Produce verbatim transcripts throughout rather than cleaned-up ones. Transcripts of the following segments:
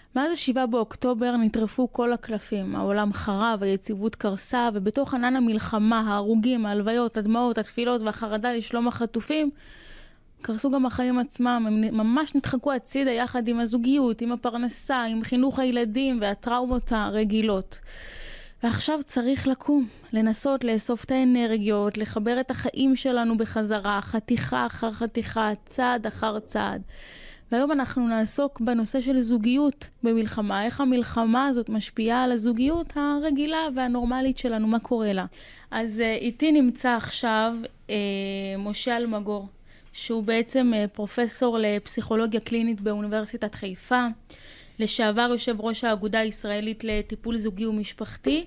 מאז השבעה באוקטובר נטרפו כל הקלפים, העולם חרב, היציבות קרסה, ובתוך ענן המלחמה, ההרוגים, ההלוויות, הדמעות, התפילות והחרדה לשלום החטופים, קרסו גם החיים עצמם, הם ממש נדחקו הצידה יחד עם הזוגיות, עם הפרנסה, עם חינוך הילדים והטראומות הרגילות. ועכשיו צריך לקום, לנסות לאסוף את האנרגיות, לחבר את החיים שלנו בחזרה, חתיכה אחר חתיכה, צעד אחר צעד. והיום אנחנו נעסוק בנושא של זוגיות במלחמה, איך המלחמה הזאת משפיעה על הזוגיות הרגילה והנורמלית שלנו, מה קורה לה. אז איתי נמצא עכשיו אה, משה אלמגור, שהוא בעצם אה, פרופסור לפסיכולוגיה קלינית באוניברסיטת חיפה, לשעבר יושב ראש האגודה הישראלית לטיפול זוגי ומשפחתי,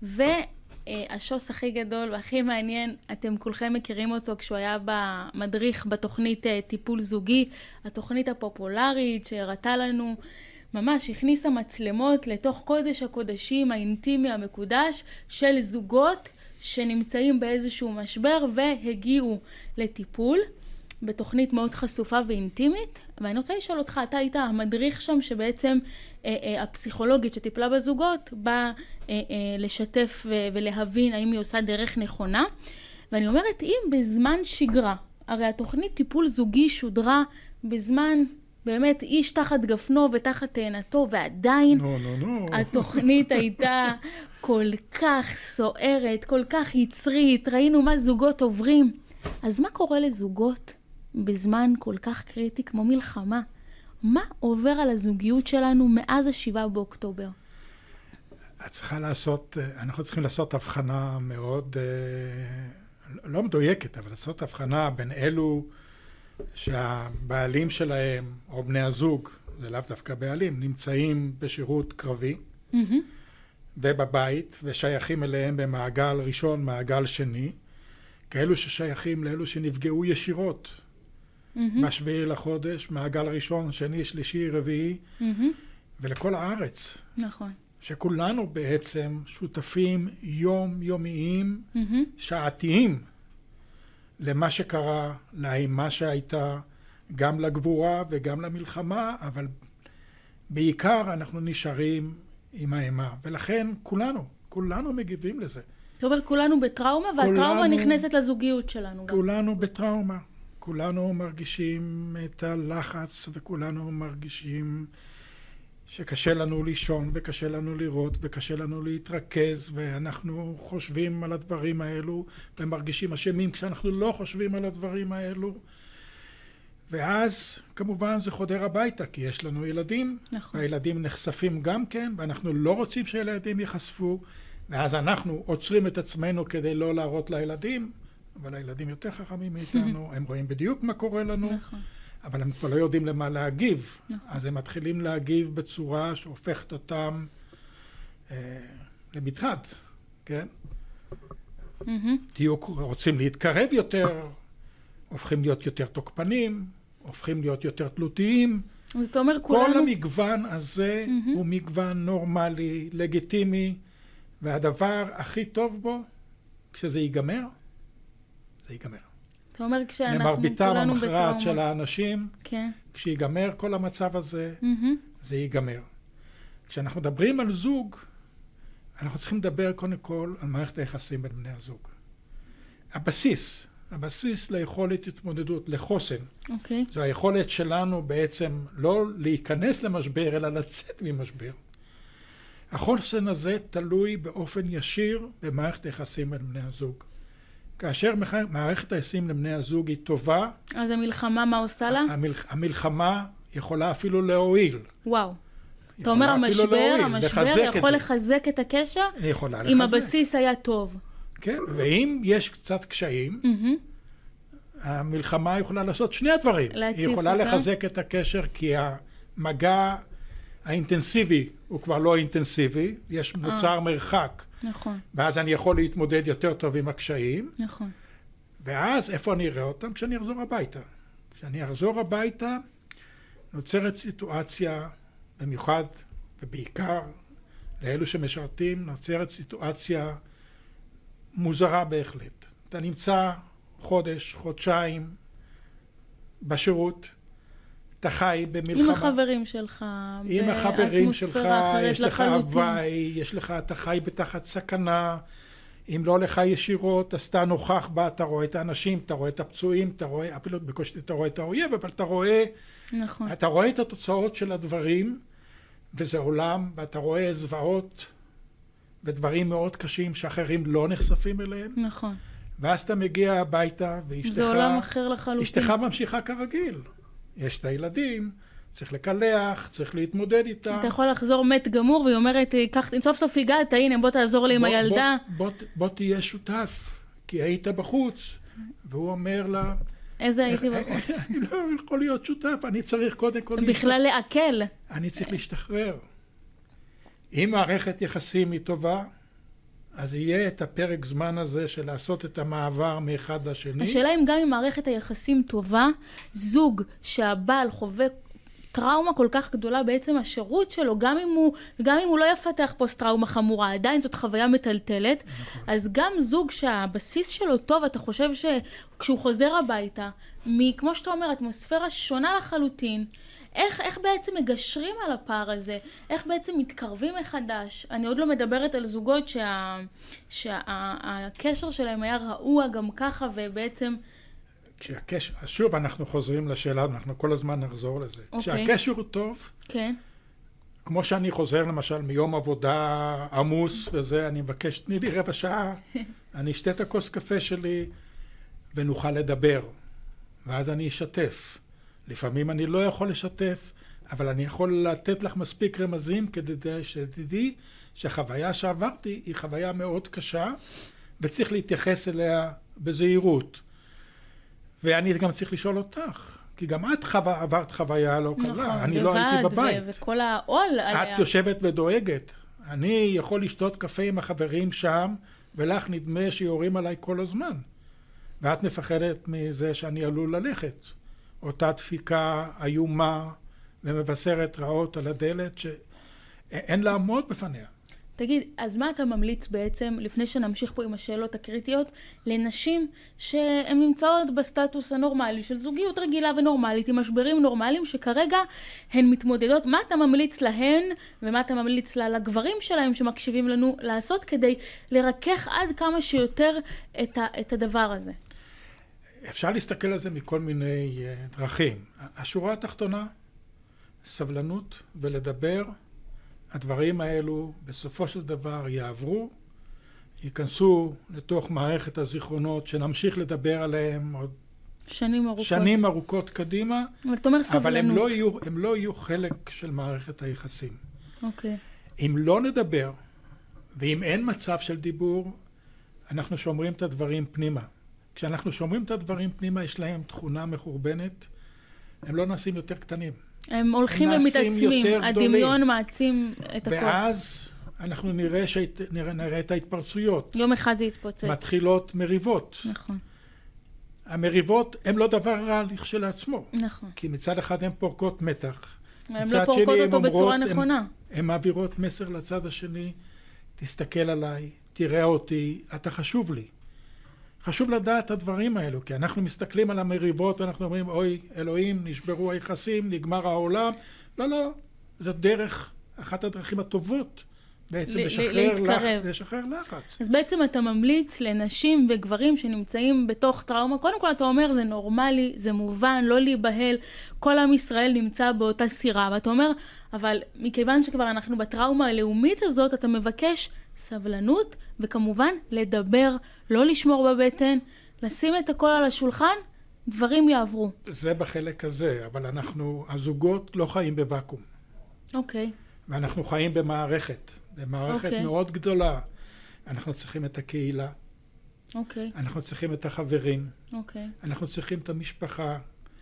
והשוס הכי גדול והכי מעניין, אתם כולכם מכירים אותו כשהוא היה במדריך בתוכנית טיפול זוגי, התוכנית הפופולרית שהראתה לנו, ממש הכניסה מצלמות לתוך קודש הקודשים האינטימי המקודש של זוגות שנמצאים באיזשהו משבר והגיעו לטיפול. בתוכנית מאוד חשופה ואינטימית, ואני רוצה לשאול אותך, אתה היית המדריך שם שבעצם אה, אה, הפסיכולוגית שטיפלה בזוגות באה אה, אה, לשתף ו- ולהבין האם היא עושה דרך נכונה, ואני אומרת, אם בזמן שגרה, הרי התוכנית טיפול זוגי שודרה בזמן באמת איש תחת גפנו ותחת תאנתו, ועדיין no, no, no. התוכנית הייתה כל כך סוערת, כל כך יצרית, ראינו מה זוגות עוברים, אז מה קורה לזוגות בזמן כל כך קריטי כמו מלחמה? מה עובר על הזוגיות שלנו מאז השבעה באוקטובר? את צריכה לעשות, אנחנו צריכים לעשות הבחנה מאוד, לא מדויקת, אבל לעשות הבחנה בין אלו שהבעלים שלהם, או בני הזוג, זה לאו דווקא בעלים, נמצאים בשירות קרבי, mm-hmm. ובבית, ושייכים אליהם במעגל ראשון, מעגל שני, כאלו ששייכים לאלו שנפגעו ישירות, mm-hmm. בשביעי לחודש, מעגל ראשון, שני, שלישי, רביעי, mm-hmm. ולכל הארץ. נכון. שכולנו בעצם שותפים יום-יומיים, mm-hmm. שעתיים, למה שקרה, לאימה שהייתה, גם לגבורה וגם למלחמה, אבל בעיקר אנחנו נשארים עם האימה, ולכן כולנו, כולנו מגיבים לזה. זאת אומרת, כולנו בטראומה, והטראומה נכנסת לזוגיות שלנו. כולנו בטראומה. כולנו מרגישים את הלחץ, וכולנו מרגישים שקשה לנו לישון, וקשה לנו לראות, וקשה לנו להתרכז, ואנחנו חושבים על הדברים האלו, ומרגישים אשמים כשאנחנו לא חושבים על הדברים האלו. ואז כמובן זה חודר הביתה, כי יש לנו ילדים, נכון. והילדים נחשפים גם כן, ואנחנו לא רוצים שהילדים ייחשפו, ואז אנחנו עוצרים את עצמנו כדי לא להראות לילדים, אבל הילדים יותר חכמים מאיתנו, הם רואים בדיוק מה קורה לנו, נכון. אבל הם כבר לא יודעים למה להגיב, נכון. אז הם מתחילים להגיב בצורה שהופכת אותם אה, למטרד, כן? Mm-hmm. תהיו רוצים להתקרב יותר, הופכים להיות יותר תוקפנים, הופכים להיות יותר תלותיים. זאת אומרת, כולנו... כל המגוון הזה mm-hmm. הוא מגוון נורמלי, לגיטימי, והדבר הכי טוב בו, כשזה ייגמר, זה ייגמר. אתה אומר, כשאנחנו למרביתם כולנו המכרעת בטראומה. של האנשים, כן. כשיגמר כל המצב הזה, Mm-hmm. זה ייגמר. כשאנחנו מדברים על זוג, אנחנו צריכים לדבר קודם כל על מערכת היחסים בין בני הזוג. הבסיס, הבסיס ליכולת התמודדות, לחוסן. אוקיי. זו היכולת שלנו בעצם לא להיכנס למשבר, אלא לצאת ממשבר. החוסן הזה תלוי באופן ישיר במערכת היחסים בין בני הזוג. כאשר מערכת היחסים לבני הזוג היא טובה, אז המלחמה מה עושה לה? המל... המלחמה יכולה אפילו להועיל. וואו. אתה אומר המשבר, להועיל, המשבר יכול לחזק את הקשר, יכולה אם לחזק. הבסיס היה טוב. כן, ואם יש קצת קשיים, mm-hmm. המלחמה יכולה לעשות שני הדברים. היא יכולה אותה. לחזק את הקשר כי המגע האינטנסיבי הוא כבר לא אינטנסיבי, יש מוצר אה. מרחק. נכון. ואז אני יכול להתמודד יותר טוב עם הקשיים. נכון. ואז איפה אני אראה אותם? כשאני אחזור הביתה. כשאני אחזור הביתה, נוצרת סיטואציה, במיוחד ובעיקר לאלו שמשרתים, נוצרת סיטואציה מוזרה בהחלט. אתה נמצא חודש, חודשיים בשירות, אתה חי במלחמה. עם החברים שלך. עם החברים שלך, יש לך לחלוטין. הוואי, יש לך, אתה חי בתחת סכנה. אם לא לך ישירות, אז אתה נוכח בה, אתה רואה את האנשים, אתה רואה את הפצועים, אתה רואה, אפילו בקושי אתה רואה את האויב, אבל אתה רואה, נכון. אתה רואה את התוצאות של הדברים, וזה עולם, ואתה רואה זוועות, ודברים מאוד קשים שאחרים לא נחשפים אליהם. נכון. ואז אתה מגיע הביתה, ואשתך... זה עולם אחר לחלוטין. אשתך ממשיכה כרגיל. יש את הילדים, צריך לקלח, צריך להתמודד איתה. אתה יכול לחזור מת גמור, והיא אומרת, סוף סוף הגעת, הנה, בוא תעזור לי עם הילדה. בוא, בוא, בוא תהיה שותף, כי היית בחוץ. והוא אומר לה... איזה הייתי בחוץ? אני לא יכול להיות שותף, אני צריך קודם כל... בכלל לעכל. אני צריך להשתחרר. אם מערכת יחסים היא טובה, אז יהיה את הפרק זמן הזה של לעשות את המעבר מאחד לשני. השאלה אם גם אם מערכת היחסים טובה, זוג שהבעל חווה טראומה כל כך גדולה, בעצם השירות שלו, גם אם הוא, גם אם הוא לא יפתח פוסט טראומה חמורה, עדיין זאת חוויה מטלטלת, נכון. אז גם זוג שהבסיס שלו טוב, אתה חושב שכשהוא חוזר הביתה, כמו שאתה אומר, אטמוספירה שונה לחלוטין, איך, איך בעצם מגשרים על הפער הזה? איך בעצם מתקרבים מחדש? אני עוד לא מדברת על זוגות שה, שהקשר שלהם היה רעוע גם ככה, ובעצם... כשהקשר, שוב אנחנו חוזרים לשאלה, אנחנו כל הזמן נחזור לזה. Okay. כשהקשר הוא טוב, כן. כמו שאני חוזר למשל מיום עבודה עמוס וזה, אני מבקש, תני לי רבע שעה, אני אשתה את הכוס קפה שלי ונוכל לדבר. ואז אני אשתף. לפעמים אני לא יכול לשתף, אבל אני יכול לתת לך מספיק רמזים כדי שתדעי שהחוויה שעברתי היא חוויה מאוד קשה, וצריך להתייחס אליה בזהירות. ואני גם צריך לשאול אותך, כי גם את חווה, עברת חוויה לא קלה, נכון, אני לבד, לא הייתי בבית. ו- וכל העול עליה. את יושבת ודואגת. אני יכול לשתות קפה עם החברים שם, ולך נדמה שיורים עליי כל הזמן. ואת מפחדת מזה שאני עלול ללכת. אותה דפיקה איומה ומבשרת רעות על הדלת שאין לעמוד בפניה. תגיד, אז מה אתה ממליץ בעצם, לפני שנמשיך פה עם השאלות הקריטיות, לנשים שהן נמצאות בסטטוס הנורמלי של זוגיות רגילה ונורמלית, עם משברים נורמליים שכרגע הן מתמודדות, מה אתה ממליץ להן ומה אתה ממליץ לה לגברים שלהם שמקשיבים לנו לעשות כדי לרכך עד כמה שיותר את, ה, את הדבר הזה? אפשר להסתכל על זה מכל מיני uh, דרכים. השורה התחתונה, סבלנות ולדבר, הדברים האלו בסופו של דבר יעברו, ייכנסו לתוך מערכת הזיכרונות שנמשיך לדבר עליהם עוד שנים ארוכות, שנים ארוכות קדימה, אבל, אתה אומר סבלנות. אבל הם לא יהיו, הם לא יהיו חלק של מערכת היחסים. אוקיי. אם לא נדבר, ואם אין מצב של דיבור, אנחנו שומרים את הדברים פנימה. כשאנחנו שומרים את הדברים פנימה, יש להם תכונה מחורבנת, הם לא נעשים יותר קטנים. הם הולכים ומתעצמים, הדמיון מעצים את הכל. ואז אנחנו נראה, שית, נראה, נראה את ההתפרצויות. יום אחד זה יתפוצץ. מתחילות מריבות. נכון. המריבות הן לא דבר רע לכשלעצמו. נכון. כי מצד אחד הן פורקות מתח. הן לא פורקות אותו אומרות, בצורה נכונה. הן מעבירות מסר לצד השני, תסתכל עליי, תראה אותי, אתה חשוב לי. חשוב לדעת את הדברים האלו, כי אנחנו מסתכלים על המריבות ואנחנו אומרים, אוי, אלוהים, נשברו היחסים, נגמר העולם. לא, לא, זאת דרך, אחת הדרכים הטובות, בעצם לשחרר, לח... לשחרר לחץ. אז בעצם אתה ממליץ לנשים וגברים שנמצאים בתוך טראומה, קודם כל אתה אומר, זה נורמלי, זה מובן, לא להיבהל, כל עם ישראל נמצא באותה סירה, ואתה אומר, אבל מכיוון שכבר אנחנו בטראומה הלאומית הזאת, אתה מבקש סבלנות, וכמובן לדבר, לא לשמור בבטן, לשים את הכל על השולחן, דברים יעברו. זה בחלק הזה, אבל אנחנו, הזוגות לא חיים בוואקום. אוקיי. ואנחנו חיים במערכת, במערכת אוקיי. מאוד גדולה. אנחנו צריכים את הקהילה. אוקיי. אנחנו צריכים את החברים. אוקיי. אנחנו צריכים את המשפחה.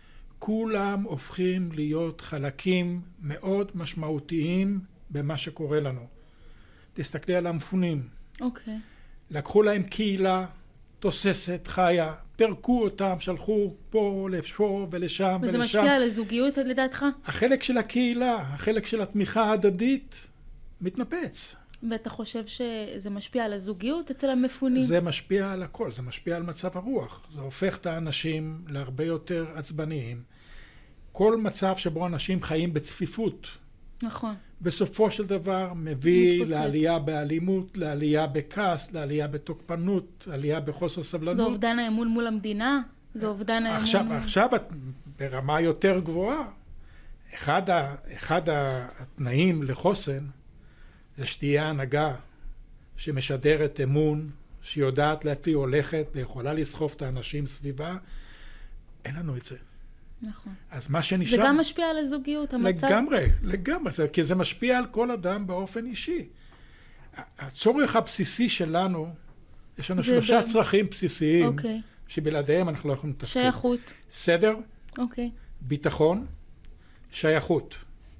כולם הופכים להיות חלקים מאוד משמעותיים במה שקורה לנו. תסתכלי על המפונים. אוקיי. לקחו להם קהילה תוססת, חיה, פרקו אותם, שלחו פה, לשפה ולשם וזה ולשם. וזה משפיע על הזוגיות לדעתך? החלק של הקהילה, החלק של התמיכה ההדדית, מתנפץ. ואתה חושב שזה משפיע על הזוגיות אצל המפונים? זה משפיע על הכל, זה משפיע על מצב הרוח. זה הופך את האנשים להרבה יותר עצבניים. כל מצב שבו אנשים חיים בצפיפות, נכון. בסופו של דבר מביא מתפוצץ. לעלייה באלימות, לעלייה בכעס, לעלייה בתוקפנות, לעלייה בחוסר סבלנות. זה אובדן האמון מול המדינה? זה אובדן האמון... עכשיו, עכשיו את ברמה יותר גבוהה. אחד, ה, אחד התנאים לחוסן זה שתהיה הנהגה שמשדרת אמון, שיודעת לפי הולכת ויכולה לסחוף את האנשים סביבה. אין לנו את זה. נכון. אז מה שנשאר... זה גם משפיע על הזוגיות, המצב... לגמרי, לגמרי, כי זה משפיע על כל אדם באופן אישי. הצורך הבסיסי שלנו, יש לנו שלושה ב... צרכים בסיסיים, אוקיי. שבלעדיהם אנחנו לא יכולים לתפקד. שייכות. סדר, אוקיי. ביטחון, שייכות.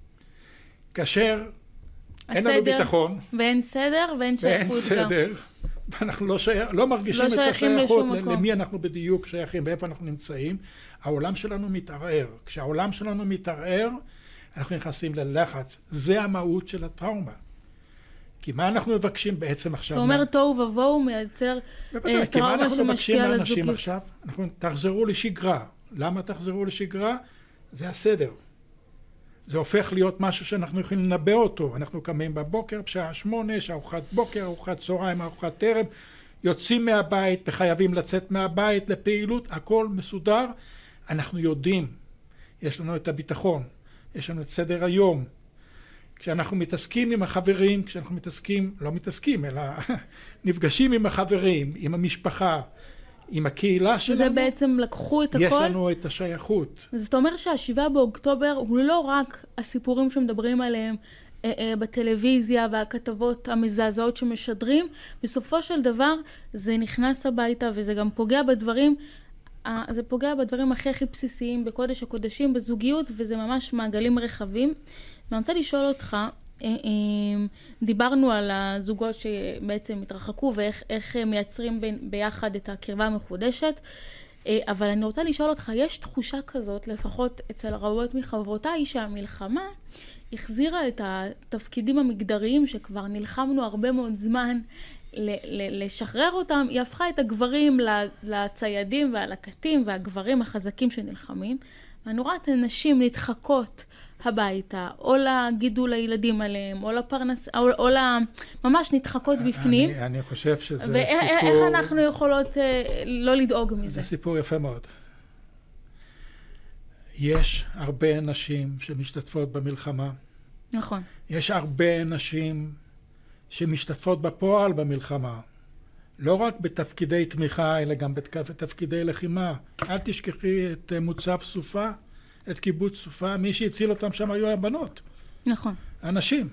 כאשר אין לנו הסדר, ביטחון, ואין סדר, ואין שייכות ואין גם. סדר, ואנחנו לא, שי... לא מרגישים לא את שייכים השייכות, לשום מקום. למי אנחנו בדיוק שייכים, ואיפה אנחנו נמצאים, העולם שלנו מתערער. כשהעולם שלנו מתערער, אנחנו נכנסים ללחץ. זה המהות של הטראומה. כי מה אנחנו מבקשים בעצם עכשיו? אתה אומר תוהו ובוהו מייצר בוודאי, כי מה טראומה אנחנו מבקשים שמשפיעה על לאנשים הזוגיות. עכשיו? אנחנו תחזרו לשגרה. למה תחזרו לשגרה? זה הסדר. זה הופך להיות משהו שאנחנו יכולים לנבא אותו. אנחנו קמים בבוקר, בשעה שמונה, יש ארוחת בוקר, ארוחת צהריים, ארוחת ערב, יוצאים מהבית וחייבים לצאת מהבית לפעילות, הכל מסודר. אנחנו יודעים, יש לנו את הביטחון, יש לנו את סדר היום. כשאנחנו מתעסקים עם החברים, כשאנחנו מתעסקים, לא מתעסקים, אלא נפגשים עם החברים, עם המשפחה, עם הקהילה שלנו. וזה בעצם לקחו את הכל. יש לנו את השייכות. אז זאת אומרת שהשבעה באוקטובר הוא לא רק הסיפורים שמדברים עליהם אה, אה, בטלוויזיה והכתבות המזעזעות שמשדרים, בסופו של דבר זה נכנס הביתה וזה גם פוגע בדברים, אה, זה פוגע בדברים הכי הכי בסיסיים, בקודש הקודשים, בזוגיות, וזה ממש מעגלים רחבים. ואני רוצה לשאול אותך, דיברנו על הזוגות שבעצם התרחקו ואיך איך מייצרים ב, ביחד את הקרבה המחודשת, אבל אני רוצה לשאול אותך, יש תחושה כזאת, לפחות אצל רבות מחברותיי, שהמלחמה החזירה את התפקידים המגדריים שכבר נלחמנו הרבה מאוד זמן ל- ל- לשחרר אותם, היא הפכה את הגברים לציידים והלקטים והגברים החזקים שנלחמים, ואני רואה את הנשים נדחקות הביתה, או לגידול הילדים עליהם, או לפרנס, או, או ממש נדחקות בפנים. אני, אני חושב שזה ואיך, סיפור... ואיך אנחנו יכולות אה, לא לדאוג מזה? זה סיפור יפה מאוד. יש הרבה נשים שמשתתפות במלחמה. נכון. יש הרבה נשים שמשתתפות בפועל במלחמה. לא רק בתפקידי תמיכה, אלא גם בתפקידי לחימה. אל תשכחי את מוצב סופה, את קיבוץ סופה, מי שהציל אותם שם היו הבנות. נכון. אנשים.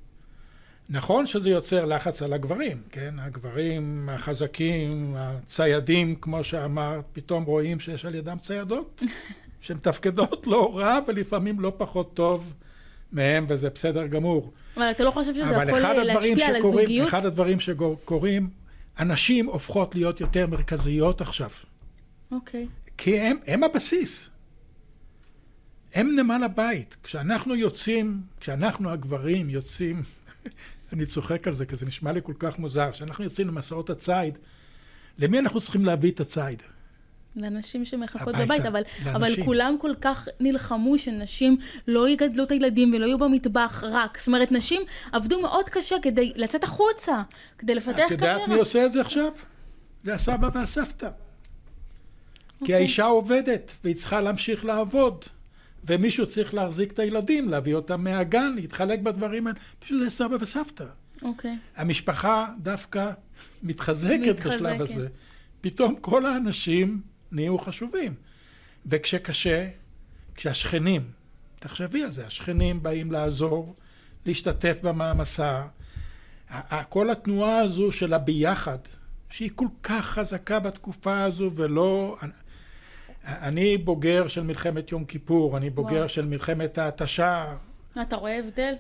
נכון שזה יוצר לחץ על הגברים, כן? הגברים החזקים, הציידים, כמו שאמרת, פתאום רואים שיש על ידם ציידות, שמתפקדות לא רע ולפעמים לא פחות טוב מהם, וזה בסדר גמור. אבל אתה לא חושב שזה אבל יכול להשפיע על שקורים, הזוגיות? אחד הדברים שקורים, אנשים הופכות להיות יותר מרכזיות עכשיו. אוקיי. כי הם, הם הבסיס. הם נמל הבית. כשאנחנו יוצאים, כשאנחנו הגברים יוצאים, אני צוחק על זה, כי זה נשמע לי כל כך מוזר, כשאנחנו יוצאים למסעות הציד, למי אנחנו צריכים להביא את הציד? לאנשים שמחכות הביתה, בבית, אבל, לאנשים. אבל כולם כל כך נלחמו שנשים לא יגדלו את הילדים ולא יהיו במטבח רק. זאת אומרת, נשים עבדו מאוד קשה כדי לצאת החוצה, כדי לפתח קריירה. את יודעת מי עושה את זה עכשיו? זה הסבא והסבתא. Okay. כי האישה עובדת, והיא צריכה להמשיך לעבוד. ומישהו צריך להחזיק את הילדים, להביא אותם מהגן, להתחלק בדברים האלה. פשוט זה סבא וסבתא. אוקיי. Okay. המשפחה דווקא מתחזקת, מתחזקת בשלב הזה. פתאום כל האנשים נהיו חשובים. וכשקשה, כשהשכנים, תחשבי על זה, השכנים באים לעזור, להשתתף במעמסה. כל התנועה הזו של הביחד, שהיא כל כך חזקה בתקופה הזו, ולא... אני בוגר של מלחמת יום כיפור, אני בוגר וואו. של מלחמת ההתשה. אתה רואה הבדל?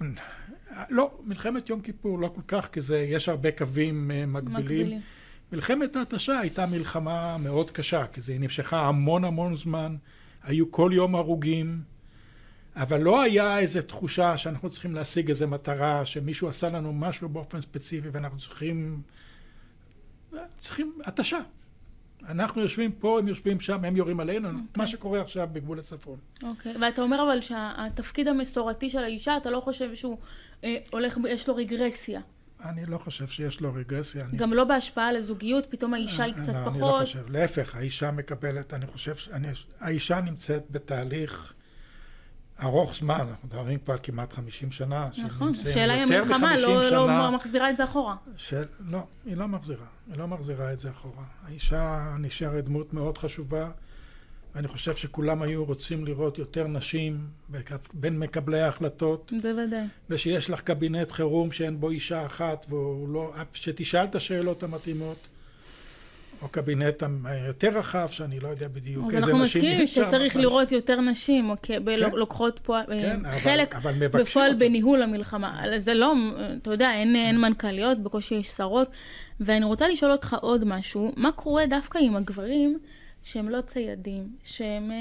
לא, מלחמת יום כיפור לא כל כך, כי זה, יש הרבה קווים מקבילים. מקבילים. מלחמת ההתשה הייתה מלחמה מאוד קשה, כי זה נמשכה המון המון זמן, היו כל יום הרוגים, אבל לא היה איזו תחושה שאנחנו צריכים להשיג איזו מטרה, שמישהו עשה לנו משהו באופן ספציפי, ואנחנו צריכים, צריכים התשה. אנחנו יושבים פה, הם יושבים שם, הם יורים עלינו, okay. מה שקורה עכשיו בגבול הצפון. אוקיי, okay. ואתה אומר אבל שהתפקיד המסורתי של האישה, אתה לא חושב שהוא אה, הולך, יש לו רגרסיה? אני לא חושב שיש לו רגרסיה. גם אני... לא בהשפעה על הזוגיות, פתאום האישה היא קצת לא, פחות. אני לא חושב, להפך, האישה מקבלת, אני חושב, אני, האישה נמצאת בתהליך ארוך זמן, אנחנו מדברים כבר כמעט חמישים שנה. נכון, שאלה היא המלחמה, לא, לא מחזירה את זה אחורה. של, לא, היא לא מחזירה, היא לא מחזירה את זה אחורה. האישה נשארת דמות מאוד חשובה, ואני חושב שכולם היו רוצים לראות יותר נשים בין מקבלי ההחלטות. זה ודאי. ושיש לך קבינט חירום שאין בו אישה אחת, לא, שתשאל את השאלות המתאימות. או קבינט יותר רחב, שאני לא יודע בדיוק איזה נשים. אז אנחנו מסכימים שצריך לראות יותר נשים, לוקחות פה חלק בפועל בניהול המלחמה. זה לא, אתה יודע, אין מנכ"ליות, בקושי יש שרות. ואני רוצה לשאול אותך עוד משהו, מה קורה דווקא עם הגברים שהם לא ציידים, שהם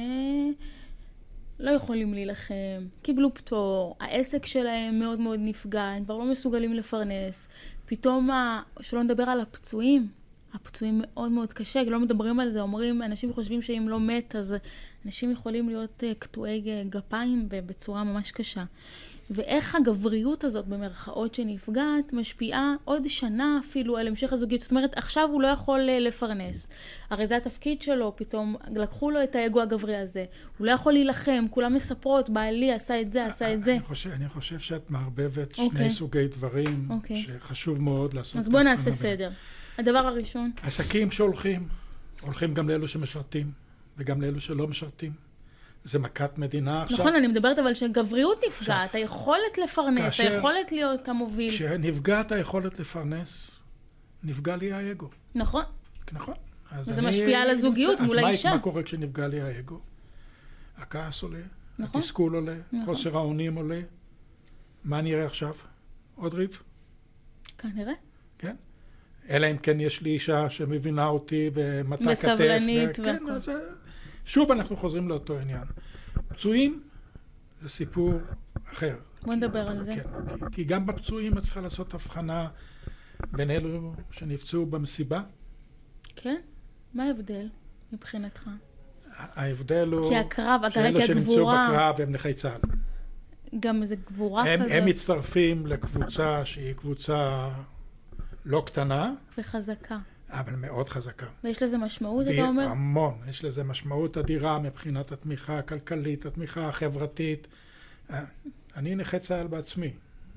לא יכולים להילחם, קיבלו פטור, העסק שלהם מאוד מאוד נפגע, הם כבר לא מסוגלים לפרנס. פתאום, שלא נדבר על הפצועים, הפצועים מאוד מאוד קשה, לא מדברים על זה, אומרים, אנשים חושבים שאם לא מת, אז אנשים יכולים להיות קטועי גפיים בצורה ממש קשה. ואיך הגבריות הזאת במרכאות שנפגעת משפיעה עוד שנה אפילו על המשך הזוגיות. זאת אומרת, עכשיו הוא לא יכול לפרנס. הרי זה התפקיד שלו, פתאום לקחו לו את האגו הגברי הזה. הוא לא יכול להילחם, כולם מספרות, בעלי עשה את זה, עשה את זה. אני חושב, אני חושב שאת מערבבת שני okay. סוגי דברים okay. שחשוב מאוד לעשות. אז בוא נעשה סדר. הדבר הראשון. עסקים שהולכים, הולכים גם לאלו שמשרתים וגם לאלו שלא משרתים. זה מכת מדינה עכשיו. נכון, אני מדברת אבל שגבריות נפגעת, היכולת לפרנס, היכולת להיות המוביל. כשנפגעת היכולת לפרנס, נפגע לי האגו. נכון. נכון. וזה משפיע על הזוגיות מול האישה. אז מה קורה כשנפגע לי האגו? הכעס עולה, התסכול עולה, חוסר האונים עולה. מה נראה עכשיו? עוד ריב? כנראה. כן. אלא אם כן יש לי אישה שמבינה אותי ומתה כתף. וסבלנית והכל. כן, אז שוב אנחנו חוזרים לאותו עניין. פצועים זה סיפור אחר. בוא נדבר על זה. כן, כי, כי גם בפצועים את צריכה לעשות הבחנה בין אלו שנפצעו במסיבה. כן? מה ההבדל מבחינתך? ההבדל הוא... כי הקרב, שאלו שנמצאו בקרב הם נכי צה"ל. גם איזה גבורה הם, כזאת. הם מצטרפים לקבוצה שהיא קבוצה לא קטנה. וחזקה. אבל מאוד חזקה. ויש לזה משמעות, אתה אומר? המון. יש לזה משמעות אדירה מבחינת התמיכה הכלכלית, התמיכה החברתית. אני נכה צה"ל בעצמי.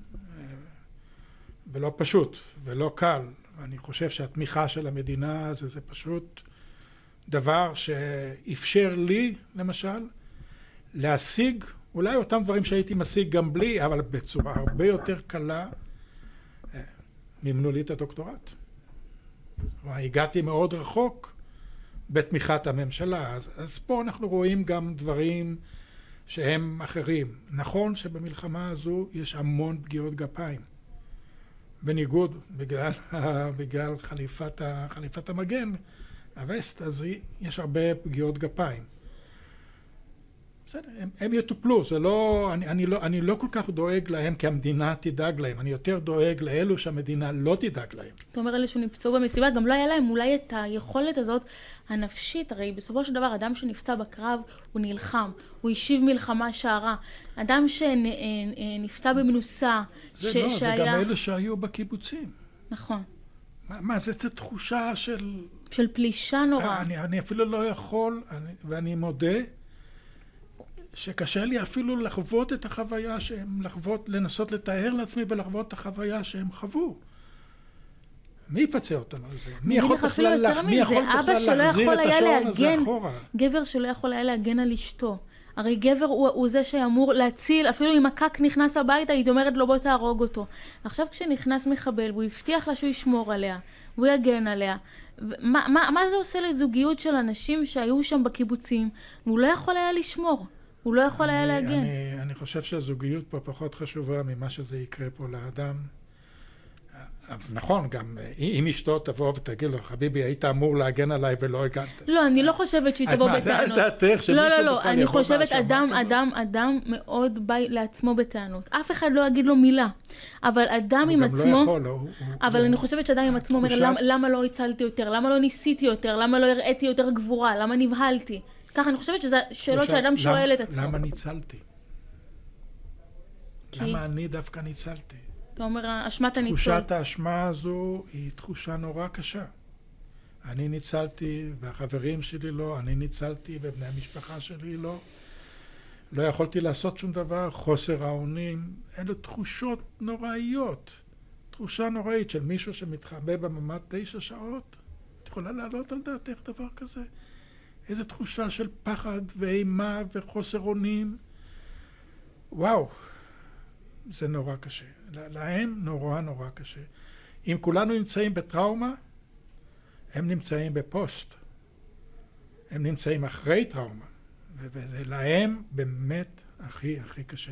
ולא פשוט, ולא קל. אני חושב שהתמיכה של המדינה זה, זה פשוט דבר שאפשר לי, למשל, להשיג, אולי אותם דברים שהייתי משיג גם בלי, אבל בצורה הרבה יותר קלה, מימנו לי את הדוקטורט. הגעתי מאוד רחוק בתמיכת הממשלה, אז, אז פה אנחנו רואים גם דברים שהם אחרים. נכון שבמלחמה הזו יש המון פגיעות גפיים. בניגוד, בגלל, בגלל חליפת, חליפת המגן, הווסט, אז יש הרבה פגיעות גפיים. בסדר, הם, הם יטופלו, זה לא, אני, אני לא, אני לא כל כך דואג להם כי המדינה תדאג להם, אני יותר דואג לאלו שהמדינה לא תדאג להם. אתה אומר, אלה שנפצעו במסיבה, גם לא היה להם אולי את היכולת הזאת הנפשית, הרי בסופו של דבר, אדם שנפצע בקרב, הוא נלחם, הוא השיב מלחמה שערה. אדם שנפצע במנוסה, זה ש- לא, שהיה... זה גם אלה שהיו בקיבוצים. נכון. מה, מה זה את התחושה של... של פלישה נורא. אני, אני אפילו לא יכול, אני, ואני מודה, שקשה לי אפילו לחוות את החוויה שהם לחוות, לנסות לתאר לעצמי ולחוות את החוויה שהם חוו. מי יפצה אותם על זה? מי יכול בכלל להחזיר את השעון הזה אחורה? גבר שלא יכול היה להגן על אשתו. הרי גבר הוא, הוא זה שאמור להציל, אפילו אם הקק נכנס הביתה, היא אומרת לו בוא תהרוג אותו. עכשיו כשנכנס מחבל, הוא הבטיח לה שהוא ישמור עליה, והוא יגן עליה. מה, מה, מה זה עושה לזוגיות של אנשים שהיו שם בקיבוצים, והוא לא יכול היה לשמור? הוא לא יכול אני, היה להגן. אני, אני חושב שהזוגיות פה פחות חשובה ממה שזה יקרה פה לאדם. נכון, גם אם אשתו תבוא ותגיד לו, חביבי, היית אמור להגן עליי ולא הגנת. לא, אני לא חושבת שהיא תבוא בטענות. את מעלה את דעתך שמישהו לא, לא, לא, אני חושבת אדם, כזאת? אדם, אדם מאוד בא לעצמו בטענות. אף אחד לא יגיד לו מילה. אבל אדם עם עצמו... הוא גם לא יכול, לא. הוא, אבל הוא, אני חושבת שאדם עם עצמו אומר, תחושת... למה, למה לא הצלתי יותר? למה לא ניסיתי יותר? למה לא הראיתי יותר גבורה? למה נבהלתי? ככה, אני חושבת שזה שאלות שאדם שואל את עצמו. למה ניצלתי? כי... למה אני דווקא ניצלתי? אתה אומר, אשמת הניצול. תחושת האשמה הזו היא תחושה נורא קשה. אני ניצלתי והחברים שלי לא, אני ניצלתי ובני המשפחה שלי לא. לא יכולתי לעשות שום דבר, חוסר האונים. אלו תחושות נוראיות. תחושה נוראית של מישהו שמתחבא בממ"ד תשע שעות. את יכולה לעלות על דעתך דבר כזה? איזו תחושה של פחד ואימה וחוסר אונים. וואו. זה נורא קשה. להם נורא נורא קשה. אם כולנו נמצאים בטראומה, הם נמצאים בפוסט. הם נמצאים אחרי טראומה. וזה להם באמת הכי הכי קשה.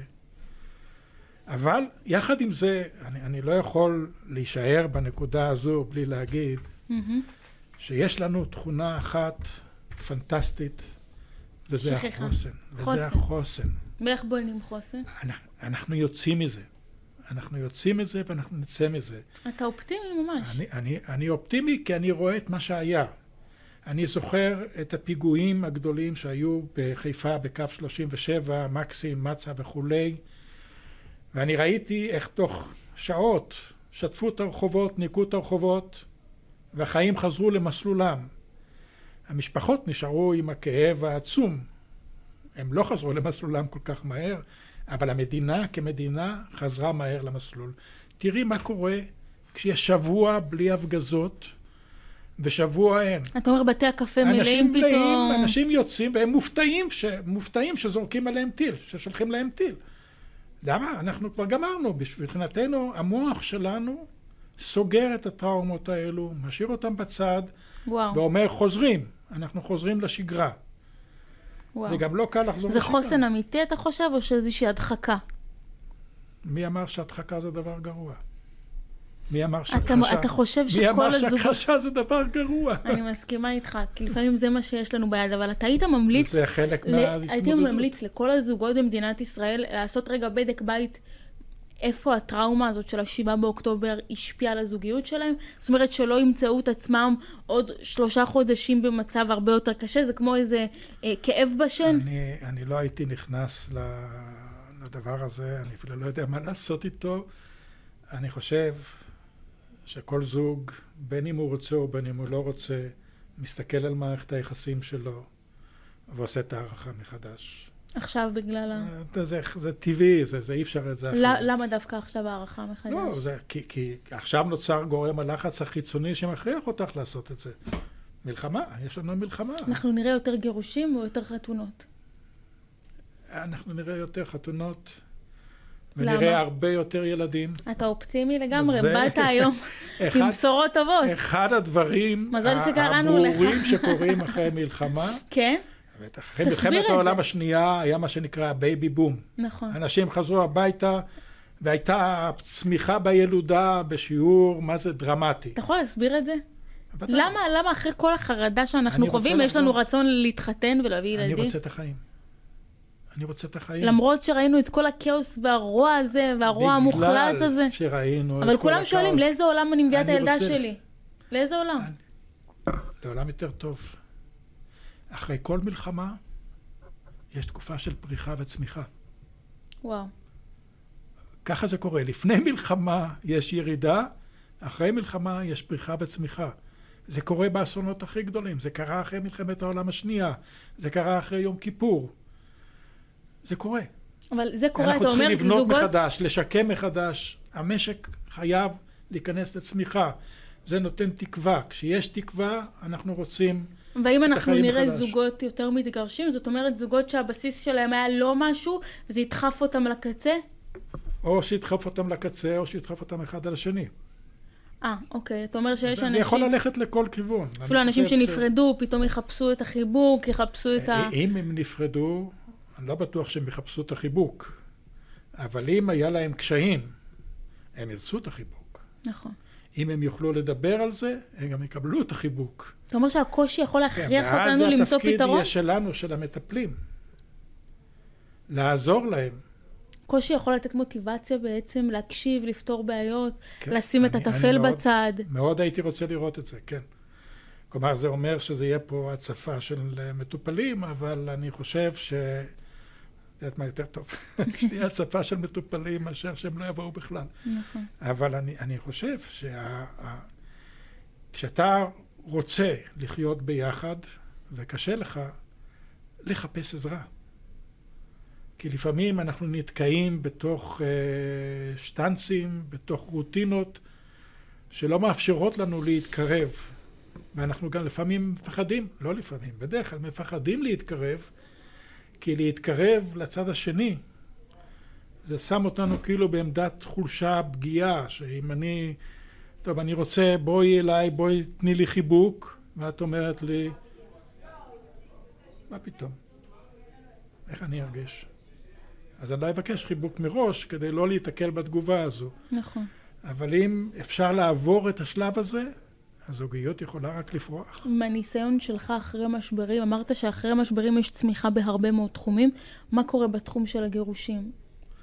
אבל יחד עם זה, אני, אני לא יכול להישאר בנקודה הזו בלי להגיד mm-hmm. שיש לנו תכונה אחת פנטסטית, וזה שכחה. החוסן. חוסן. וזה החוסן. ואיך בונים חוסן? אנחנו, אנחנו יוצאים מזה. אנחנו יוצאים מזה ואנחנו נצא מזה. אתה אופטימי ממש. אני, אני, אני אופטימי כי אני רואה את מה שהיה. אני זוכר את הפיגועים הגדולים שהיו בחיפה בקו שלושים ושבע, מקסים, מצה וכולי, ואני ראיתי איך תוך שעות שטפו את הרחובות, ניקו את הרחובות, והחיים חזרו למסלולם. המשפחות נשארו עם הכאב העצום. הם לא חזרו למסלולם כל כך מהר, אבל המדינה כמדינה חזרה מהר למסלול. תראי מה קורה כשיש שבוע בלי הפגזות, ושבוע אין. אתה אומר בתי הקפה מלאים פתאום. מלאים, אנשים יוצאים והם מופתעים, ש... מופתעים שזורקים עליהם טיל, ששולחים להם טיל. למה? אנחנו כבר גמרנו. מבחינתנו, המוח שלנו סוגר את הטראומות האלו, משאיר אותם בצד, וואו. ואומר חוזרים, אנחנו חוזרים לשגרה. וואו. זה גם לא קל לחזור זה לשגרה. זה חוסן אמיתי אתה חושב, או שאיזושהי הדחקה? מי אמר שהדחקה זה דבר גרוע? מי אמר אתה, שהכחשה... אתה חושב שכל מי אמר הזוג... שהכחשה זה דבר גרוע? אני מסכימה איתך, כי לפעמים זה מה שיש לנו ביד, אבל אתה היית ממליץ... זה חלק ל... מההתמודדות. הייתי ממליץ לכל הזוגות במדינת ישראל לעשות רגע בדק בית איפה הטראומה הזאת של השבעה באוקטובר השפיעה על הזוגיות שלהם. זאת אומרת שלא ימצאו את עצמם עוד שלושה חודשים במצב הרבה יותר קשה, זה כמו איזה אה, כאב בשן. אני, אני לא הייתי נכנס לדבר הזה, אני אפילו לא יודע מה לעשות איתו. אני חושב שכל זוג, בין אם הוא רוצה או בין אם הוא לא רוצה, מסתכל על מערכת היחסים שלו ועושה את הערכה מחדש. עכשיו בגלל ה... זה, זה, זה טבעי, זה, זה אי אפשר את זה אחרת. למה דווקא עכשיו הערכה מחדש? לא, זה, כי, כי עכשיו נוצר גורם הלחץ החיצוני שמכריח אותך לעשות את זה. מלחמה, יש לנו מלחמה. אנחנו נראה יותר גירושים או יותר חתונות? אנחנו נראה יותר חתונות. ונראה למה? הרבה יותר ילדים. אתה אופטימי לגמרי, זה... באת היום אחד, עם בשורות טובות. אחד הדברים הברורים שקורים אחרי מלחמה. כן? אחרי מלחמת העולם השנייה היה מה שנקרא בייבי בום. נכון. אנשים חזרו הביתה והייתה צמיחה בילודה בשיעור, מה זה דרמטי. אתה יכול להסביר את זה? למה, למה אחרי כל החרדה שאנחנו חווים, יש לנו רצון להתחתן ולהביא ילדים? אני רוצה את החיים. אני רוצה את החיים. למרות שראינו את כל הכאוס והרוע הזה, והרוע המוחלט הזה. בגלל שראינו אבל כולם שואלים, לאיזה עולם אני מביאה את הילדה שלי? לאיזה עולם? לעולם יותר טוב. אחרי כל מלחמה, יש תקופה של פריחה וצמיחה. וואו. ככה זה קורה. לפני מלחמה יש ירידה, אחרי מלחמה יש פריחה וצמיחה. זה קורה באסונות הכי גדולים. זה קרה אחרי מלחמת העולם השנייה. זה קרה אחרי יום כיפור. זה קורה. אבל זה קורה, אתה אומר, אנחנו צריכים לבנות מחדש, לשקם מחדש. המשק חייב להיכנס לצמיחה. זה נותן תקווה. כשיש תקווה, אנחנו רוצים... ואם אנחנו נראה מחדש. זוגות יותר מתגרשים, זאת אומרת זוגות שהבסיס שלהם היה לא משהו, וזה ידחף אותם לקצה? או שידחף אותם לקצה, או שידחף אותם אחד על השני. אה, אוקיי. אתה אומר שיש זה, אנשים... זה יכול ללכת לכל כיוון. אפילו אנשים שנפרדו, ש... פתאום יחפשו את החיבוק, יחפשו את ה... אם הם נפרדו, אני לא בטוח שהם יחפשו את החיבוק. אבל אם היה להם קשיים, הם ירצו את החיבוק. נכון. אם הם יוכלו לדבר על זה, הם גם יקבלו את החיבוק. זאת אומרת שהקושי יכול להכריח כן, אותנו למצוא ואז פתרון? התפקיד יהיה שלנו, של המטפלים. לעזור להם. קושי יכול לתת מוטיבציה בעצם, להקשיב, לפתור בעיות, כן, לשים את אני- הטפל אני מאוד- בצד. מאוד הייתי רוצה לראות את זה, כן. כלומר, זה אומר שזה יהיה פה הצפה של מטופלים, אבל אני חושב ש... יודעת מה יותר טוב? שתהיה הצפה של מטופלים מאשר שהם לא יבואו בכלל. נכון. אבל אני, אני חושב שכשאתה רוצה לחיות ביחד, וקשה לך, לחפש עזרה. כי לפעמים אנחנו נתקעים בתוך uh, שטנצים, בתוך רוטינות, שלא מאפשרות לנו להתקרב. ואנחנו גם לפעמים מפחדים, לא לפעמים, בדרך כלל מפחדים להתקרב, כי להתקרב לצד השני, זה שם אותנו כאילו בעמדת חולשה, פגיעה, שאם אני, טוב, אני רוצה, בואי אליי, בואי תני לי חיבוק, ואת אומרת לי, מה פתאום? איך אני ארגש? אז אני לא אבקש חיבוק מראש, כדי לא להתקל בתגובה הזו. נכון. אבל אם אפשר לעבור את השלב הזה, הזוגיות יכולה רק לפרוח. מהניסיון שלך אחרי משברים, אמרת שאחרי משברים יש צמיחה בהרבה מאוד תחומים. מה קורה בתחום של הגירושים?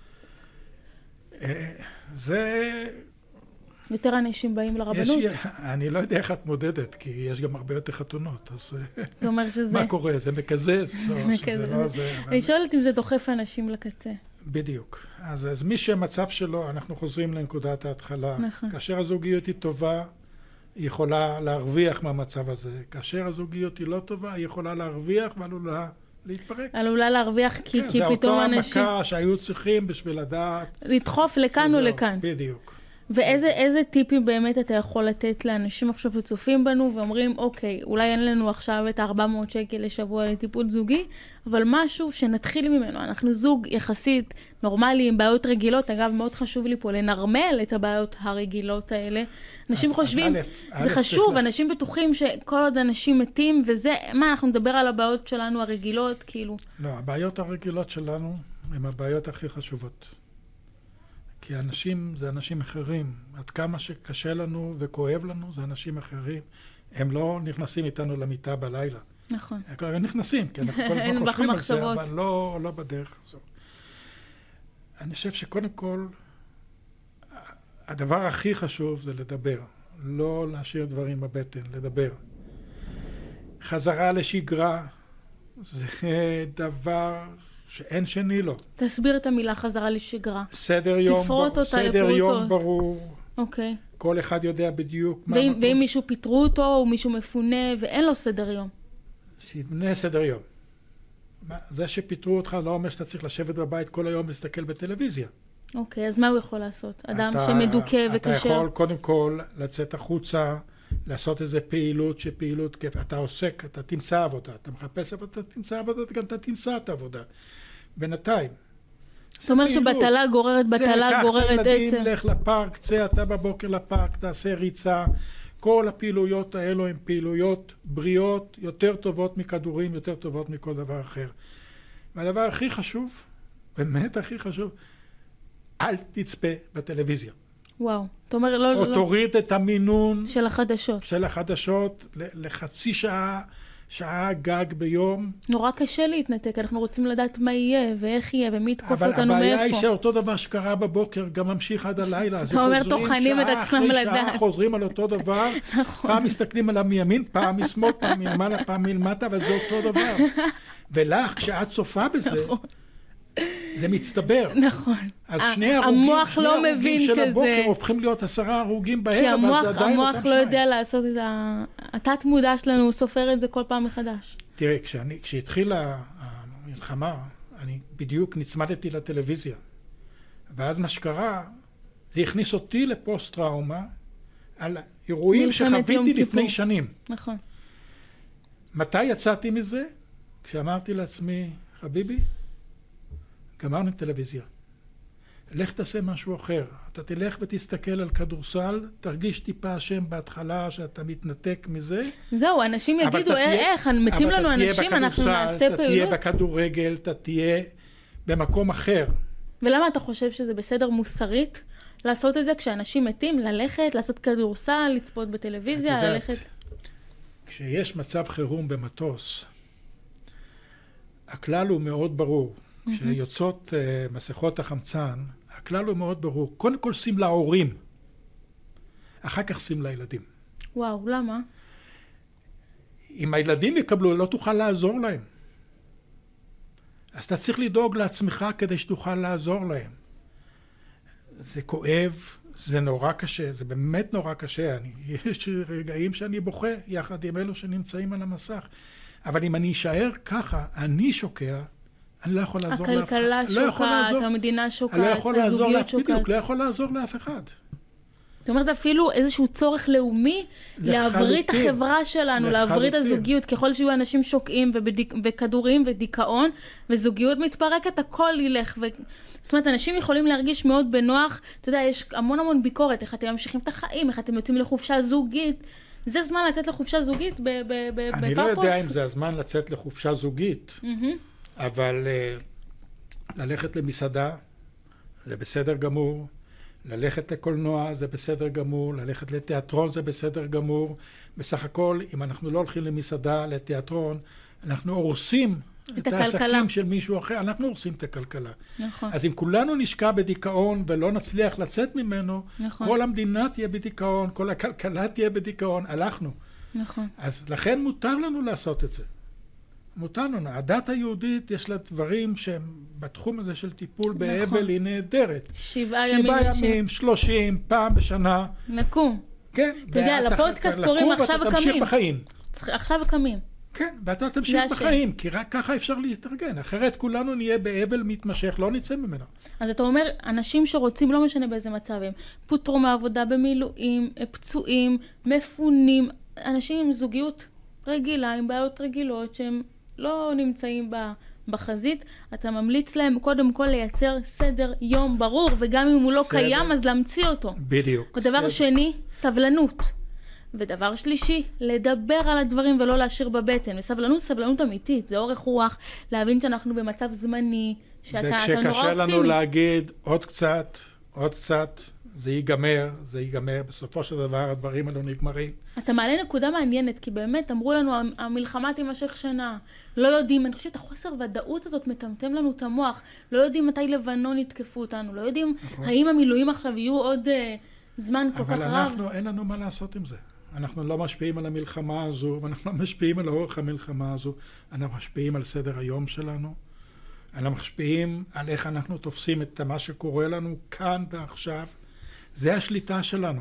זה... יותר אנשים באים לרבנות? יש, אני לא יודע איך את מודדת, כי יש גם הרבה יותר חתונות, אז... זה אומר שזה... מה קורה? זה מקזז? או שזה לא זה? אני שואלת אם זה דוחף אנשים לקצה. בדיוק. אז, אז מי שהמצב שלו, אנחנו חוזרים לנקודת ההתחלה. נכון. כאשר הזוגיות היא טובה, היא יכולה להרוויח מהמצב הזה. כאשר הזוגיות היא לא טובה, היא יכולה להרוויח ועלולה להתפרק. עלולה להרוויח כי, כן, כי פתאום אנשים... זה אותה מכה שהיו צריכים בשביל לדעת... לדחוף לכאן או לכאן. בדיוק. ואיזה איזה טיפים באמת אתה יכול לתת לאנשים עכשיו שצופים בנו ואומרים, אוקיי, אולי אין לנו עכשיו את ארבע מאות שקל לשבוע לטיפול זוגי, אבל משהו שנתחיל ממנו. אנחנו זוג יחסית נורמלי עם בעיות רגילות. אגב, מאוד חשוב לי פה לנרמל את הבעיות הרגילות האלה. אנשים אז, חושבים, אז א', זה א', חשוב, צריך... אנשים בטוחים שכל עוד אנשים מתים, וזה, מה, אנחנו נדבר על הבעיות שלנו הרגילות, כאילו. לא, הבעיות הרגילות שלנו הן הבעיות הכי חשובות. כי אנשים זה אנשים אחרים. עד כמה שקשה לנו וכואב לנו, זה אנשים אחרים. הם לא נכנסים איתנו למיטה בלילה. נכון. הם נכנסים, כי אנחנו כל הזמן חושבים על זה, אבל לא, לא בדרך הזו. אני חושב שקודם כל, הדבר הכי חשוב זה לדבר. לא להשאיר דברים בבטן, לדבר. חזרה לשגרה, זה דבר... שאין שני לו. תסביר את המילה חזרה לשגרה. סדר יום, תפרוט בר... אותה סדר לפרוטות. יום ברור. אוקיי. כל אחד יודע בדיוק מה... ואם, ואם מישהו פיטרו אותו, או מישהו מפונה, ואין לו סדר יום. שיבנה סדר יום. זה שפיטרו אותך לא אומר שאתה צריך לשבת בבית כל היום ולהסתכל בטלוויזיה. אוקיי, אז מה הוא יכול לעשות? אדם אתה, שמדוכא וקשר. אתה יכול קודם כל לצאת החוצה, לעשות איזו פעילות שפעילות כיף. אתה עוסק, אתה תמצא עבודה. אתה מחפש עבודה, אתה תמצא עבודה, גם אתה תמצא את העבודה. בינתיים. זאת אומרת שבטלה גוררת בטלה גוררת עצם. צא, קח לך לפארק, צא אתה בבוקר לפארק, תעשה ריצה. כל הפעילויות האלו הן פעילויות בריאות, יותר טובות מכדורים, יותר טובות מכל דבר אחר. והדבר הכי חשוב, באמת הכי חשוב, אל תצפה בטלוויזיה. וואו. אתה אומר, לא, או לא, תוריד את המינון של החדשות. של החדשות לחצי שעה, שעה גג ביום. נורא קשה להתנתק, אנחנו רוצים לדעת מה יהיה ואיך יהיה ומי יתקוף אותנו מאיפה. אבל הבעיה היא שאותו דבר שקרה בבוקר גם ממשיך עד הלילה. אתה אומר, טוחנים את עצמם לדעת. שעה חוזרים על אותו דבר, פעם מסתכלים עליו מימין, פעם משמאל, פעם מלמעלה, פעם מלמטה, וזה אותו דבר. ולך, כשאת צופה בזה, זה מצטבר. נכון. אז שני הרוגים, המוח לא מבין של שזה... הבוקר הופכים להיות עשרה הרוגים בערב, כי המוח, אבל זה עדיין אותם המוח לא יודע לעשות את ה... התת מודע שלנו, הוא סופר את זה כל פעם מחדש. תראה, כשאני, כשהתחילה המלחמה, אני בדיוק נצמדתי לטלוויזיה. ואז מה שקרה, זה הכניס אותי לפוסט-טראומה, על אירועים שחוויתי לפני שנים. נכון. מתי יצאתי מזה? כשאמרתי לעצמי, חביבי, גמרנו עם טלוויזיה. לך תעשה משהו אחר. אתה תלך ותסתכל על כדורסל, תרגיש טיפה השם בהתחלה שאתה מתנתק מזה. זהו, אנשים יגידו, איך, מתים לנו אנשים, אנחנו נעשה פעילות. אתה תהיה בכדורגל, אתה תהיה במקום אחר. ולמה אתה חושב שזה בסדר מוסרית לעשות את זה כשאנשים מתים, ללכת, לעשות כדורסל, לצפות בטלוויזיה, ללכת? כשיש מצב חירום במטוס, הכלל הוא מאוד ברור. Mm-hmm. כשיוצאות uh, מסכות החמצן, הכלל הוא מאוד ברור. קודם כל שים להורים, אחר כך שים לילדים. וואו, למה? אם הילדים יקבלו, לא תוכל לעזור להם. אז אתה צריך לדאוג לעצמך כדי שתוכל לעזור להם. זה כואב, זה נורא קשה, זה באמת נורא קשה. אני, יש רגעים שאני בוכה יחד עם אלו שנמצאים על המסך. אבל אם אני אשאר ככה, אני שוקע, אני לא יכול לעזור לאף אחד. הכלכלה שוקעת, המדינה שוקעת, הזוגיות שוקעת. בדיוק, לא יכול לעזור לאף אחד. זאת אומרת, אפילו איזשהו צורך לאומי להבריא את החברה שלנו, להבריא את הזוגיות. ככל שיהיו אנשים שוקעים בכדורים ודיכאון, וזוגיות מתפרקת, הכל ילך. ו... זאת אומרת, אנשים יכולים להרגיש מאוד בנוח. אתה יודע, יש המון המון ביקורת, איך אתם ממשיכים את החיים, איך אתם יוצאים לחופשה זוגית. זה זמן לצאת לחופשה זוגית בפאפוס? אני לא יודע אם זה הזמן לצאת לחופשה זוגית, אבל ללכת למסעדה, זה בסדר גמור. ללכת לקולנוע זה בסדר גמור, ללכת לתיאטרון זה בסדר גמור. בסך הכל, אם אנחנו לא הולכים למסעדה, לתיאטרון, אנחנו הורסים את, את העסקים של מישהו אחר, אנחנו הורסים את הכלכלה. נכון. אז אם כולנו נשקע בדיכאון ולא נצליח לצאת ממנו, נכון. כל המדינה תהיה בדיכאון, כל הכלכלה תהיה בדיכאון, הלכנו. נכון. אז לכן מותר לנו לעשות את זה. מותר לנו. הדת היהודית יש לה דברים שהם בתחום הזה של טיפול נכון. באבל היא נהדרת. שבעה ימים. שבעה ימים, שלושים, פעם בשנה. נקום. כן. אתה יודע, לפודקאסט קוראים עכשיו הקמים. תמשיך בחיים. עכשיו הקמים. כן, ואתה תמשיך בחיים, כי רק ככה אפשר להתארגן. אחרת כולנו נהיה באבל מתמשך, לא נצא ממנו. אז אתה אומר, אנשים שרוצים, לא משנה באיזה מצב הם, פוטרו מעבודה במילואים, פצועים, מפונים, אנשים עם זוגיות רגילה, עם בעיות רגילות, שהם לא נמצאים בחזית, אתה ממליץ להם קודם כל לייצר סדר יום ברור, וגם אם הוא לא קיים, אז להמציא אותו. בדיוק. ודבר שני, סבלנות. ודבר שלישי, לדבר על הדברים ולא להשאיר בבטן. וסבלנות, סבלנות אמיתית, זה אורך רוח, להבין שאנחנו במצב זמני, שאתה נורא אופטימי. וכשקשה לנו להגיד עוד קצת, עוד קצת, זה ייגמר, זה ייגמר, בסופו של דבר הדברים האלו נגמרים. אתה מעלה נקודה מעניינת, כי באמת אמרו לנו, המלחמה תימשך שנה, לא יודעים, אני חושבת, החוסר ודאות הזאת מטמטם לנו את המוח, לא יודעים מתי לבנון יתקפו אותנו, לא יודעים נכון. האם המילואים עכשיו יהיו עוד uh, זמן כל כך רב. אבל אנחנו, אין לנו מה לעשות עם זה. אנחנו לא משפיעים על המלחמה הזו, ואנחנו לא משפיעים על אורך המלחמה הזו, אנחנו משפיעים על סדר היום שלנו, אנחנו משפיעים על איך אנחנו תופסים את מה שקורה לנו כאן ועכשיו, זה השליטה שלנו.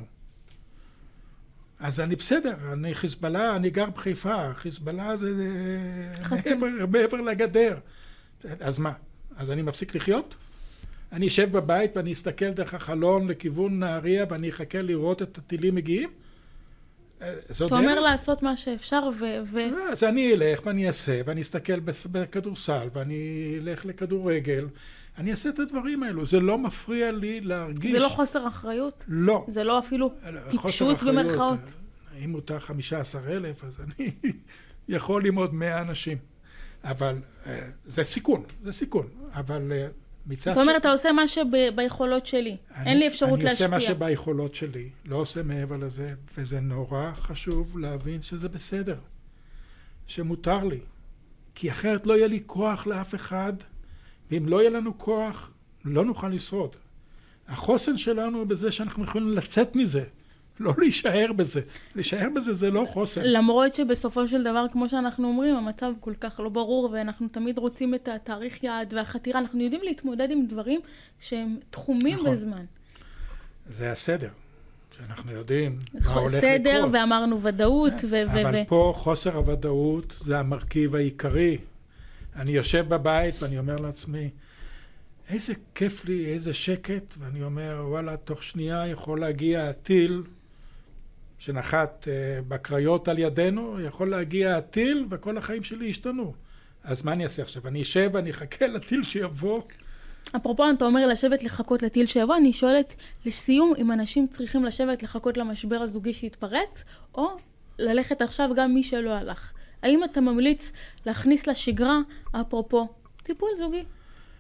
אז אני בסדר, אני חיזבאללה, אני גר בחיפה, חיזבאללה זה מעבר, מעבר לגדר. אז מה? אז אני מפסיק לחיות? אני אשב בבית ואני אסתכל דרך החלון לכיוון נהריה ואני אחכה לראות את הטילים מגיעים? אתה אומר לעשות מה שאפשר ו... אז אני אלך ואני אעשה ואני אסתכל בכדורסל ואני אלך לכדורגל. אני אעשה את הדברים האלו. זה לא מפריע לי להרגיש... זה לא חוסר אחריות? לא. זה לא אפילו טיפשות במרכאות? אם אותה חמישה עשר אלף, אז אני יכול ללמוד מאה אנשים. אבל זה סיכון, זה סיכון. אבל מצד... זאת אומרת, אתה עושה מה שביכולות שלי. אין לי אפשרות להשפיע. אני עושה מה שביכולות שלי. לא עושה מעבר לזה. וזה נורא חשוב להבין שזה בסדר. שמותר לי. כי אחרת לא יהיה לי כוח לאף אחד. ואם לא יהיה לנו כוח, לא נוכל לשרוד. החוסן שלנו הוא בזה שאנחנו יכולים לצאת מזה. לא להישאר בזה. להישאר בזה זה לא חוסן. למרות שבסופו של דבר, כמו שאנחנו אומרים, המצב כל כך לא ברור, ואנחנו תמיד רוצים את התאריך יעד והחתירה. אנחנו יודעים להתמודד עם דברים שהם תחומים נכון. בזמן. זה הסדר. שאנחנו יודעים מה הולך לקרות. סדר, ואמרנו ודאות. ו- אבל ו- פה חוסר הוודאות זה המרכיב העיקרי. אני יושב בבית ואני אומר לעצמי, איזה כיף לי, איזה שקט, ואני אומר, וואלה, תוך שנייה יכול להגיע הטיל שנחת uh, בקריות על ידינו, יכול להגיע הטיל וכל החיים שלי ישתנו. אז מה אני אעשה עכשיו? אני אשב ואני אחכה לטיל שיבוא. אפרופו, אתה אומר לשבת לחכות לטיל שיבוא, אני שואלת לסיום, אם אנשים צריכים לשבת לחכות למשבר הזוגי שיתפרץ, או ללכת עכשיו גם מי שלא הלך. האם אתה ממליץ להכניס לשגרה, אפרופו, טיפול זוגי?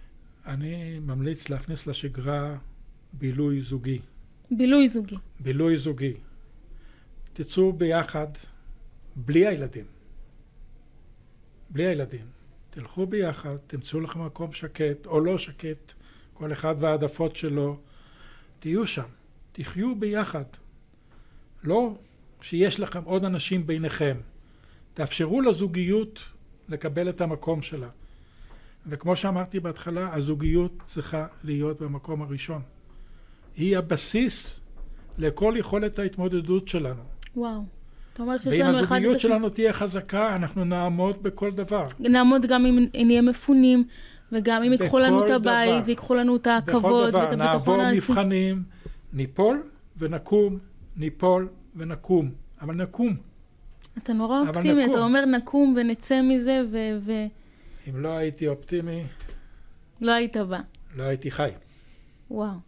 אני ממליץ להכניס לשגרה בילוי זוגי. בילוי זוגי. בילוי זוגי. תצאו ביחד בלי הילדים. בלי הילדים. תלכו ביחד, תמצאו לכם מקום שקט או לא שקט, כל אחד והעדפות שלו. תהיו שם, תחיו ביחד. לא שיש לכם עוד אנשים ביניכם. תאפשרו לזוגיות לקבל את המקום שלה. וכמו שאמרתי בהתחלה, הזוגיות צריכה להיות במקום הראשון. היא הבסיס לכל יכולת ההתמודדות שלנו. וואו. אתה אומר שיש ואם לנו אחד... הזוגיות שלנו תהיה חזקה, אנחנו נעמוד בכל דבר. נעמוד גם אם נהיה מפונים, וגם אם ייקחו לנו את הבית, דבר. ויקחו לנו את הכבוד, ואת הביטחון. נעבור מבחנים, ניפול ונקום, ניפול ונקום. אבל נקום. אתה נורא אופטימי, אתה אומר נקום ונצא מזה, ו... ו... אם לא הייתי אופטימי... לא היית בא. לא הייתי חי. וואו.